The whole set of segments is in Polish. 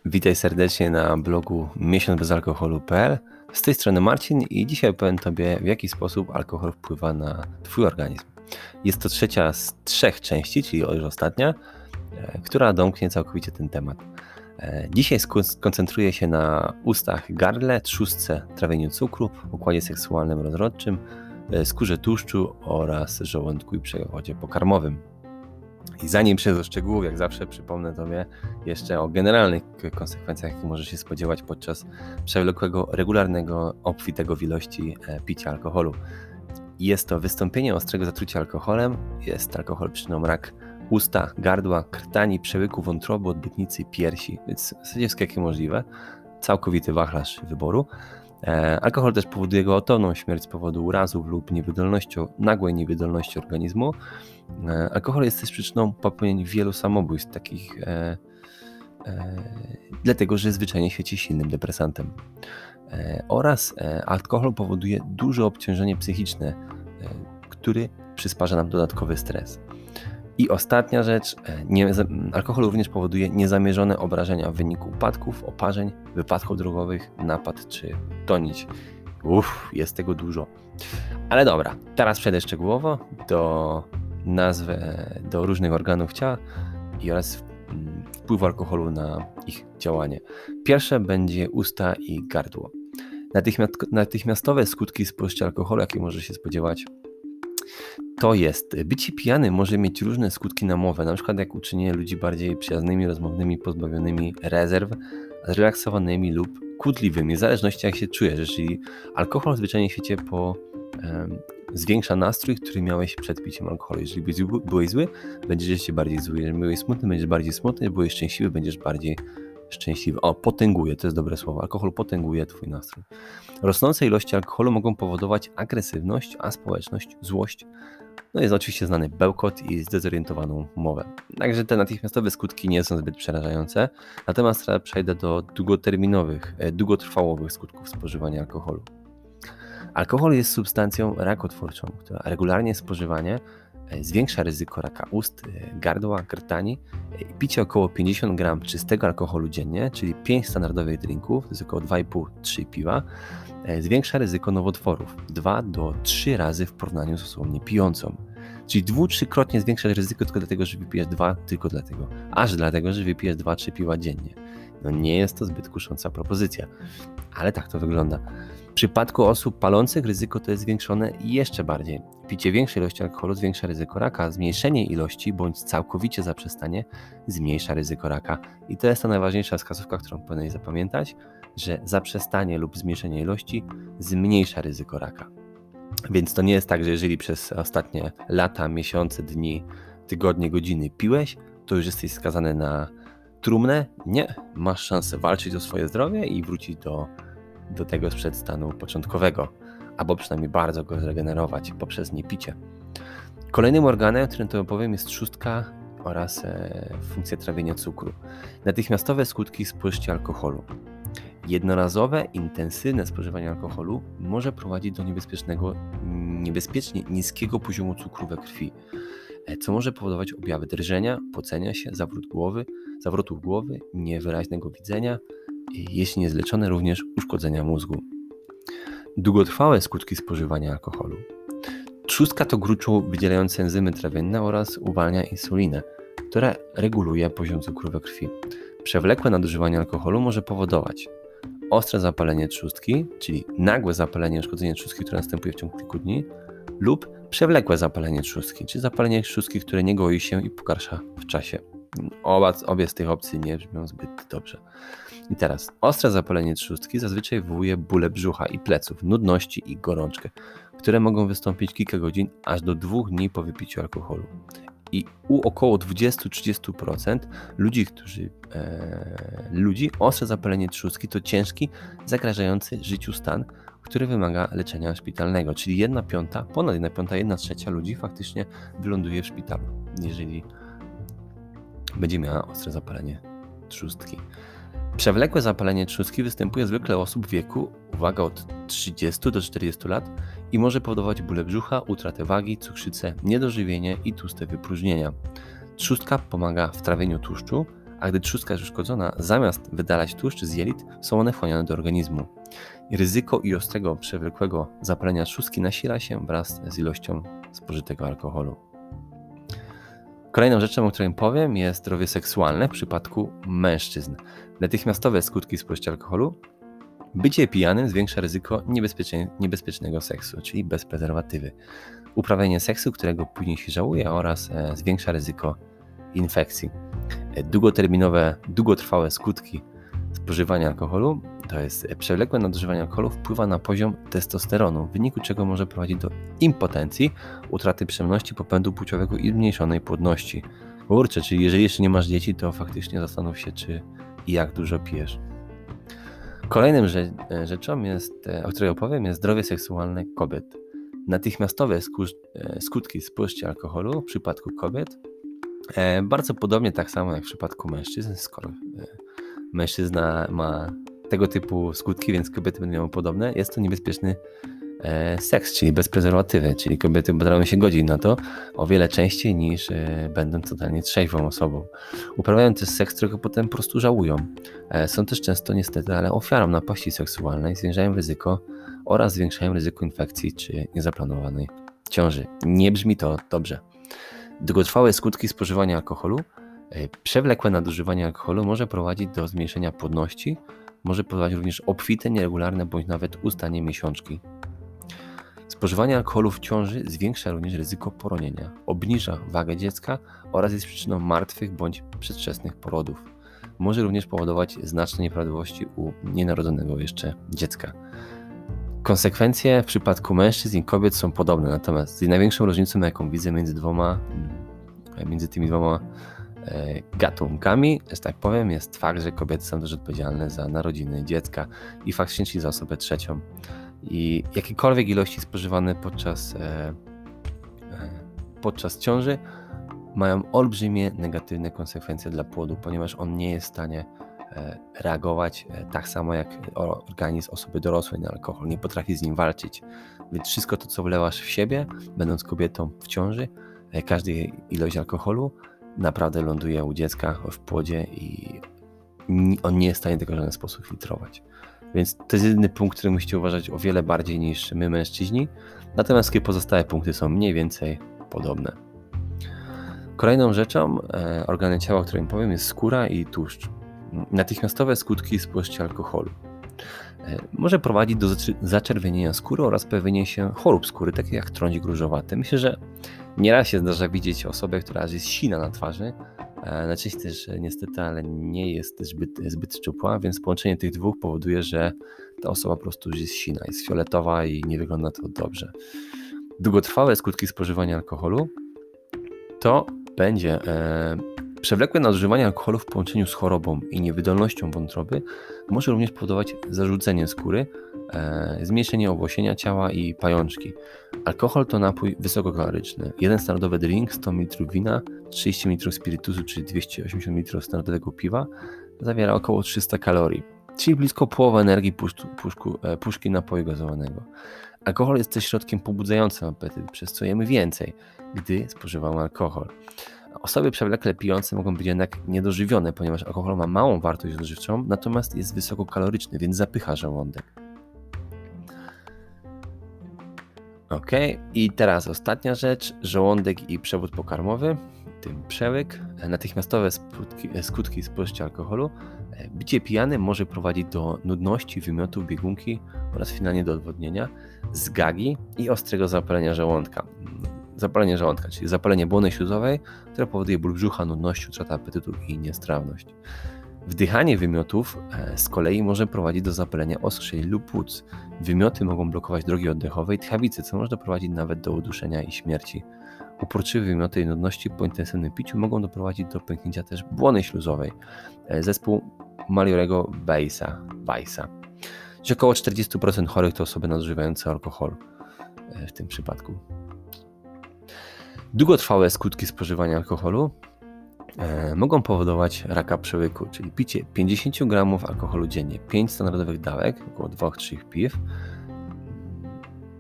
Witaj serdecznie na blogu miesiącbezalkoholu.pl. Z tej strony Marcin i dzisiaj opowiem Tobie, w jaki sposób alkohol wpływa na Twój organizm. Jest to trzecia z 3 części, czyli już ostatnia, która domknie całkowicie ten temat. Dzisiaj skoncentruję się na ustach, gardle, trzustce, trawieniu cukru, układzie seksualnym rozrodczym, skórze tłuszczu oraz żołądku i przewodzie pokarmowym. I zanim przejdę do szczegółów, jak zawsze przypomnę Tobie jeszcze o generalnych konsekwencjach, jakie możesz się spodziewać podczas przewlekłego, regularnego, obfitego w ilości picia alkoholu. Jest to wystąpienie ostrego zatrucia alkoholem, jest alkohol przyczyną rak usta, gardła, krtani, przełyku, wątroby, odbytnicy, piersi, więc w zasadzie wszystkie możliwe, całkowity wachlarz wyboru. Alkohol też powoduje gwałtowną śmierć z powodu urazów lub nagłej niewydolności organizmu. Alkohol jest też przyczyną popełnień wielu samobójstw, takich dlatego, że zwyczajnie świeci silnym depresantem. Oraz alkohol powoduje duże obciążenie psychiczne, który przysparza nam dodatkowy stres. I ostatnia rzecz, alkohol również powoduje niezamierzone obrażenia w wyniku upadków, oparzeń, wypadków drogowych, napad czy tonić. Jest tego dużo. Ale dobra, teraz przejdę szczegółowo do różnych organów ciała oraz wpływu alkoholu na ich działanie. Pierwsze będzie usta i gardło. Natychmiastowe skutki spożycia alkoholu, jakie może się spodziewać, to jest, bycie pijany może mieć różne skutki na mowę, na przykład jak uczynienie ludzi bardziej przyjaznymi, rozmownymi, pozbawionymi rezerw, zrelaksowanymi lub kłótliwymi, w zależności jak się czujesz. Jeżeli alkohol zwyczajnie w świecie zwiększa nastrój, który miałeś przed piciem alkoholu. Jeżeli byłeś zły, będziesz jeszcze bardziej zły. Jeżeli byłeś smutny, będziesz bardziej smutny. Jeżeli byłeś szczęśliwy, będziesz bardziej szczęśliwy. Potęguje, to jest dobre słowo. Alkohol potęguje twój nastrój. Rosnące ilości alkoholu mogą powodować agresywność, aspołeczność, złość. No jest oczywiście znany bełkot i zdezorientowaną mowę. Także te natychmiastowe skutki nie są zbyt przerażające. Natomiast teraz przejdę do długotrwałowych skutków spożywania alkoholu. Alkohol jest substancją rakotwórczą, która regularnie spożywanie zwiększa ryzyko raka ust, gardła, krtani. Picie około 50 gram czystego alkoholu dziennie, czyli 5 standardowych drinków, to jest około 2,5-3 piwa, zwiększa ryzyko nowotworów 2 do 3 razy w porównaniu z osobą niepijącą. Czyli 2-3-krotnie zwiększasz ryzyko tylko dlatego, że wypijesz 2, tylko dlatego. Aż dlatego, że wypijesz 2-3 piwa dziennie. No nie jest to zbyt kusząca propozycja, ale tak to wygląda. W przypadku osób palących ryzyko to jest zwiększone jeszcze bardziej. Picie większej ilości alkoholu zwiększa ryzyko raka, zmniejszenie ilości bądź całkowicie zaprzestanie zmniejsza ryzyko raka. I to jest ta najważniejsza wskazówka, którą powinieneś zapamiętać, że zaprzestanie lub zmniejszenie ilości zmniejsza ryzyko raka. Więc to nie jest tak, że jeżeli przez ostatnie lata, miesiące, dni, tygodnie, godziny piłeś, to już jesteś skazany na trumnę. Nie, masz szansę walczyć o swoje zdrowie i wrócić do tego sprzed stanu początkowego, albo przynajmniej bardzo go zregenerować poprzez niepicie. Kolejnym organem, o którym to opowiem, jest trzustka oraz funkcja trawienia cukru. Natychmiastowe skutki spożycia alkoholu. Jednorazowe, intensywne spożywanie alkoholu może prowadzić do niebezpiecznie niskiego poziomu cukru we krwi, co może powodować objawy drżenia, pocenia się, zawrotów głowy, niewyraźnego widzenia, jeśli niezleczone również uszkodzenia mózgu. Długotrwałe skutki spożywania alkoholu. Trzustka to gruczoł wydzielający enzymy trawienne oraz uwalnia insulinę, która reguluje poziom cukru we krwi. Przewlekłe nadużywanie alkoholu może powodować ostre zapalenie trzustki, czyli nagłe zapalenie i uszkodzenie trzustki, które następuje w ciągu kilku dni, lub przewlekłe zapalenie trzustki, czyli zapalenie trzustki, które nie goi się i pogarsza w czasie. Obie z tych opcji nie brzmią zbyt dobrze. I teraz, ostre zapalenie trzustki zazwyczaj wywołuje bóle brzucha i pleców, nudności i gorączkę, które mogą wystąpić kilka godzin aż do 2 dni po wypiciu alkoholu. I u około 20-30% ludzi ostre zapalenie trzustki to ciężki, zagrażający życiu stan, który wymaga leczenia szpitalnego, czyli 1/5, ponad 1/5, 1/3 ludzi faktycznie wyląduje w szpitalu, jeżeli będzie miała ostre zapalenie trzustki. Przewlekłe zapalenie trzustki występuje zwykle u osób w wieku, uwaga, od 30 do 40 lat i może powodować bóle brzucha, utratę wagi, cukrzycę, niedożywienie i tłuste wypróżnienia. Trzustka pomaga w trawieniu tłuszczu, a gdy trzustka jest uszkodzona, zamiast wydalać tłuszcz z jelit, są one wchłaniane do organizmu. Ryzyko i ostrego, przewlekłego zapalenia trzustki nasila się wraz z ilością spożytego alkoholu. Kolejną rzeczą, o której powiem, jest zdrowie seksualne w przypadku mężczyzn. Natychmiastowe skutki spożycia alkoholu. Bycie pijanym zwiększa ryzyko niebezpiecznego seksu, czyli bez prezerwatywy. Uprawianie seksu, którego później się żałuje, oraz zwiększa ryzyko infekcji. Długotrwałe skutki spożywania alkoholu, to jest przewlekłe nadużywanie alkoholu, wpływa na poziom testosteronu, w wyniku czego może prowadzić do impotencji, utraty przyjemności popędu płciowego i zmniejszonej płodności. Kurczę, czyli jeżeli jeszcze nie masz dzieci, to faktycznie zastanów się, czy i jak dużo pijesz. Kolejną rzeczą, o której opowiem, jest zdrowie seksualne kobiet. Natychmiastowe skutki spożycia alkoholu w przypadku kobiet, bardzo podobnie tak samo jak w przypadku mężczyzn, skoro mężczyzna ma tego typu skutki, więc kobiety będą miały podobne, jest to niebezpieczny seks, czyli bez prezerwatywy, czyli kobiety będą się godzić na to o wiele częściej niż będąc totalnie trzeźwą osobą. Uprawiają też seks, którego potem po prostu żałują. Są też często niestety, ale ofiarą napaści seksualnej, zwiększają ryzyko oraz zwiększają ryzyko infekcji czy niezaplanowanej ciąży. Nie brzmi to dobrze. Długotrwałe skutki spożywania alkoholu. Przewlekłe nadużywanie alkoholu może prowadzić do zmniejszenia płodności, może powodować również obfite, nieregularne bądź nawet ustanie miesiączki. Spożywanie alkoholu w ciąży zwiększa również ryzyko poronienia, obniża wagę dziecka oraz jest przyczyną martwych bądź przedwczesnych porodów. Może również powodować znaczne nieprawidłowości u nienarodzonego jeszcze dziecka. Konsekwencje w przypadku mężczyzn i kobiet są podobne, natomiast największą różnicą, jaką widzę między tymi dwoma gatunkami, że tak powiem, jest fakt, że kobiety są też odpowiedzialne za narodziny dziecka i faktycznie czyli za osobę trzecią. I jakiekolwiek ilości spożywane podczas ciąży mają olbrzymie negatywne konsekwencje dla płodu, ponieważ on nie jest w stanie reagować tak samo jak organizm osoby dorosłej na alkohol, nie potrafi z nim walczyć. Więc wszystko to, co wlewasz w siebie, będąc kobietą w ciąży, każda ilość alkoholu naprawdę ląduje u dziecka w płodzie i on nie jest w stanie tego w żaden sposób filtrować. Więc to jest jedyny punkt, który musicie uważać o wiele bardziej niż my mężczyźni, natomiast wszystkie pozostałe punkty są mniej więcej podobne. Kolejną rzeczą, organem ciała, o którym powiem, jest skóra i tłuszcz. Natychmiastowe skutki spożycia alkoholu. Może prowadzić do zaczerwienienia skóry oraz pojawienia się chorób skóry, takich jak trądzik różowaty. Myślę, że nieraz się zdarza widzieć osobę, która jest sina na twarzy. Najczęściej też niestety, ale nie jest też zbyt szczupła, więc połączenie tych dwóch powoduje, że ta osoba po prostu już jest sina, jest fioletowa i nie wygląda to dobrze. Długotrwałe skutki spożywania alkoholu to będzie przewlekłe nadużywanie alkoholu w połączeniu z chorobą i niewydolnością wątroby może również powodować zarzucenie skóry, zmniejszenie owłosienia ciała i pajączki. Alkohol to napój wysokokaloryczny. Jeden standardowy drink, 100 ml wina, 30 ml spirytusu, czyli 280 ml standardowego piwa, zawiera około 300 kalorii, czyli blisko połowa energii puszki napoju gazowanego. Alkohol jest też środkiem pobudzającym apetyt, przez co jemy więcej, gdy spożywamy alkohol. Osoby przewlekle pijące mogą być jednak niedożywione, ponieważ alkohol ma małą wartość odżywczą, natomiast jest wysokokaloryczny, więc zapycha żołądek. Ok, i teraz ostatnia rzecz, żołądek i przewód pokarmowy, tym przełyk. Natychmiastowe skutki spożycia alkoholu. Bycie pijanym może prowadzić do nudności, wymiotów, biegunki oraz finalnie do odwodnienia, zgagi i ostrego zapalenia żołądka. Zapalenie żołądka, czyli zapalenie błony śluzowej, które powoduje ból brzucha, nudność, utratę apetytu i niestrawność. Wdychanie wymiotów z kolei może prowadzić do zapalenia oskrzeli lub płuc. Wymioty mogą blokować drogi oddechowe i tchawicy, co może doprowadzić nawet do uduszenia i śmierci. Uporczywe wymioty i nudności po intensywnym piciu mogą doprowadzić do pęknięcia też błony śluzowej. Zespół Maliorego Weissa. Około 40% chorych to osoby nadużywające alkoholu w tym przypadku. Długotrwałe skutki spożywania alkoholu mogą powodować raka przełyku, czyli picie 50 g alkoholu dziennie, 5 standardowych dawek, około 2-3 piw,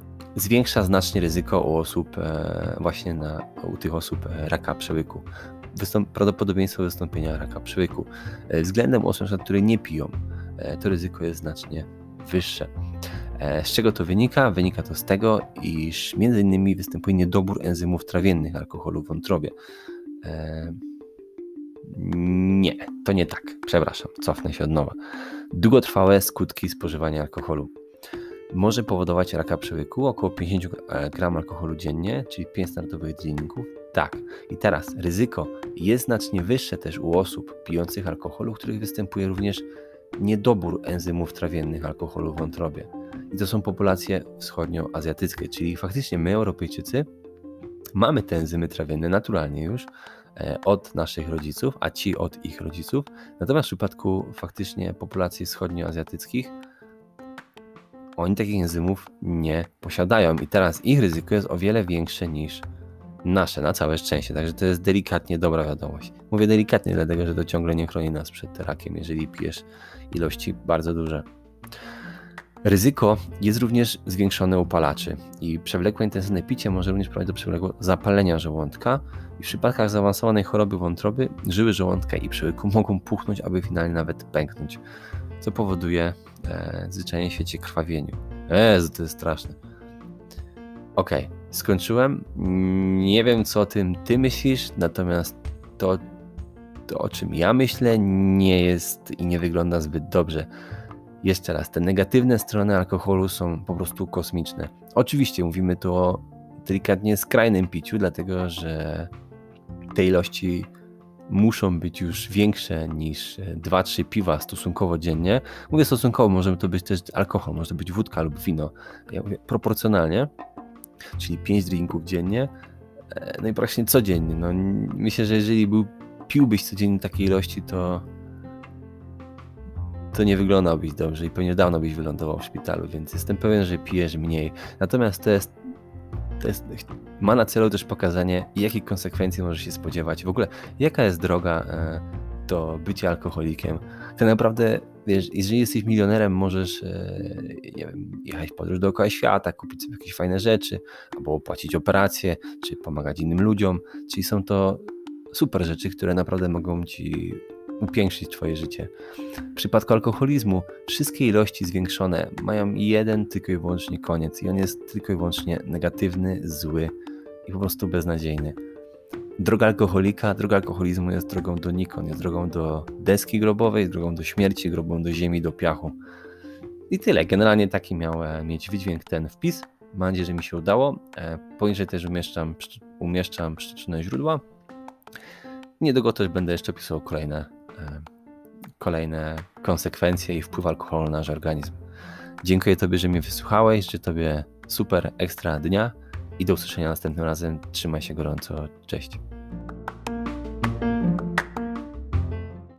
zwiększa znacznie ryzyko u tych osób raka przełyku. prawdopodobieństwo wystąpienia raka przełyku. Względem osób, które nie piją, to ryzyko jest znacznie wyższe. Z czego to wynika? Wynika to z tego, iż między innymi występuje niedobór enzymów trawiennych alkoholu w wątrobie. Nie, to nie tak. Przepraszam, cofnę się od nowa. Długotrwałe skutki spożywania alkoholu. Może powodować raka przełyku około 50 gram alkoholu dziennie, czyli 5 standardowych dzienników. Tak. I teraz ryzyko jest znacznie wyższe też u osób pijących alkohol, u których występuje również niedobór enzymów trawiennych alkoholu w wątrobie. I to są populacje wschodnioazjatyckie, czyli faktycznie my, Europejczycy, mamy te enzymy trawienne naturalnie już od naszych rodziców, a ci od ich rodziców. Natomiast w przypadku faktycznie populacji wschodnioazjatyckich oni takich enzymów nie posiadają i teraz ich ryzyko jest o wiele większe niż nasze, na całe szczęście. Także to jest delikatnie dobra wiadomość. Mówię delikatnie, dlatego że to ciągle nie chroni nas przed rakiem, jeżeli pijesz ilości bardzo duże. Ryzyko jest również zwiększone u palaczy i przewlekłe intensywne picie może również prowadzić do przewlekłego zapalenia żołądka i w przypadkach zaawansowanej choroby wątroby żyły żołądka i przełyku mogą puchnąć, aby finalnie nawet pęknąć, co powoduje zwyczajnie w świecie krwawieniu. To jest straszne. Okej, skończyłem. Nie wiem, co o tym ty myślisz, natomiast to o czym ja myślę, nie jest i nie wygląda zbyt dobrze. Jeszcze raz, te negatywne strony alkoholu są po prostu kosmiczne. Oczywiście mówimy tu o delikatnie skrajnym piciu, dlatego że te ilości muszą być już większe niż 2-3 piwa stosunkowo dziennie. Mówię stosunkowo, może to być też alkohol, może to być wódka lub wino. Ja mówię proporcjonalnie, czyli 5 drinków dziennie, no i praktycznie codziennie. No, myślę, że jeżeli piłbyś codziennie takiej ilości, to nie wyglądałbyś dobrze i pewnie dawno byś wylądował w szpitalu, więc jestem pewien, że pijesz mniej. Natomiast to ma na celu też pokazanie, jakich konsekwencji możesz się spodziewać. W ogóle, jaka jest droga do bycia alkoholikiem. Tak naprawdę, wiesz, jeżeli jesteś milionerem, możesz nie wiem, jechać w podróż dookoła świata, kupić sobie jakieś fajne rzeczy, albo opłacić operacje, czy pomagać innym ludziom. Czyli są to super rzeczy, które naprawdę mogą ci upiększyć twoje życie. W przypadku alkoholizmu wszystkie ilości zwiększone mają jeden tylko i wyłącznie koniec i on jest tylko i wyłącznie negatywny, zły i po prostu beznadziejny. Droga alkoholika, droga alkoholizmu jest drogą donikąd, jest drogą do deski grobowej, drogą do śmierci, drogą do ziemi, do piachu. I tyle. Generalnie taki miał mieć wydźwięk ten wpis. Mam nadzieję, że mi się udało. Poniżej też umieszczam przyczyny źródła. Niedługo też będę jeszcze opisywał kolejne konsekwencje i wpływ alkoholu na nasz organizm. Dziękuję Tobie, że mnie wysłuchałeś. Życzę Tobie super ekstra dnia i do usłyszenia następnym razem. Trzymaj się gorąco. Cześć.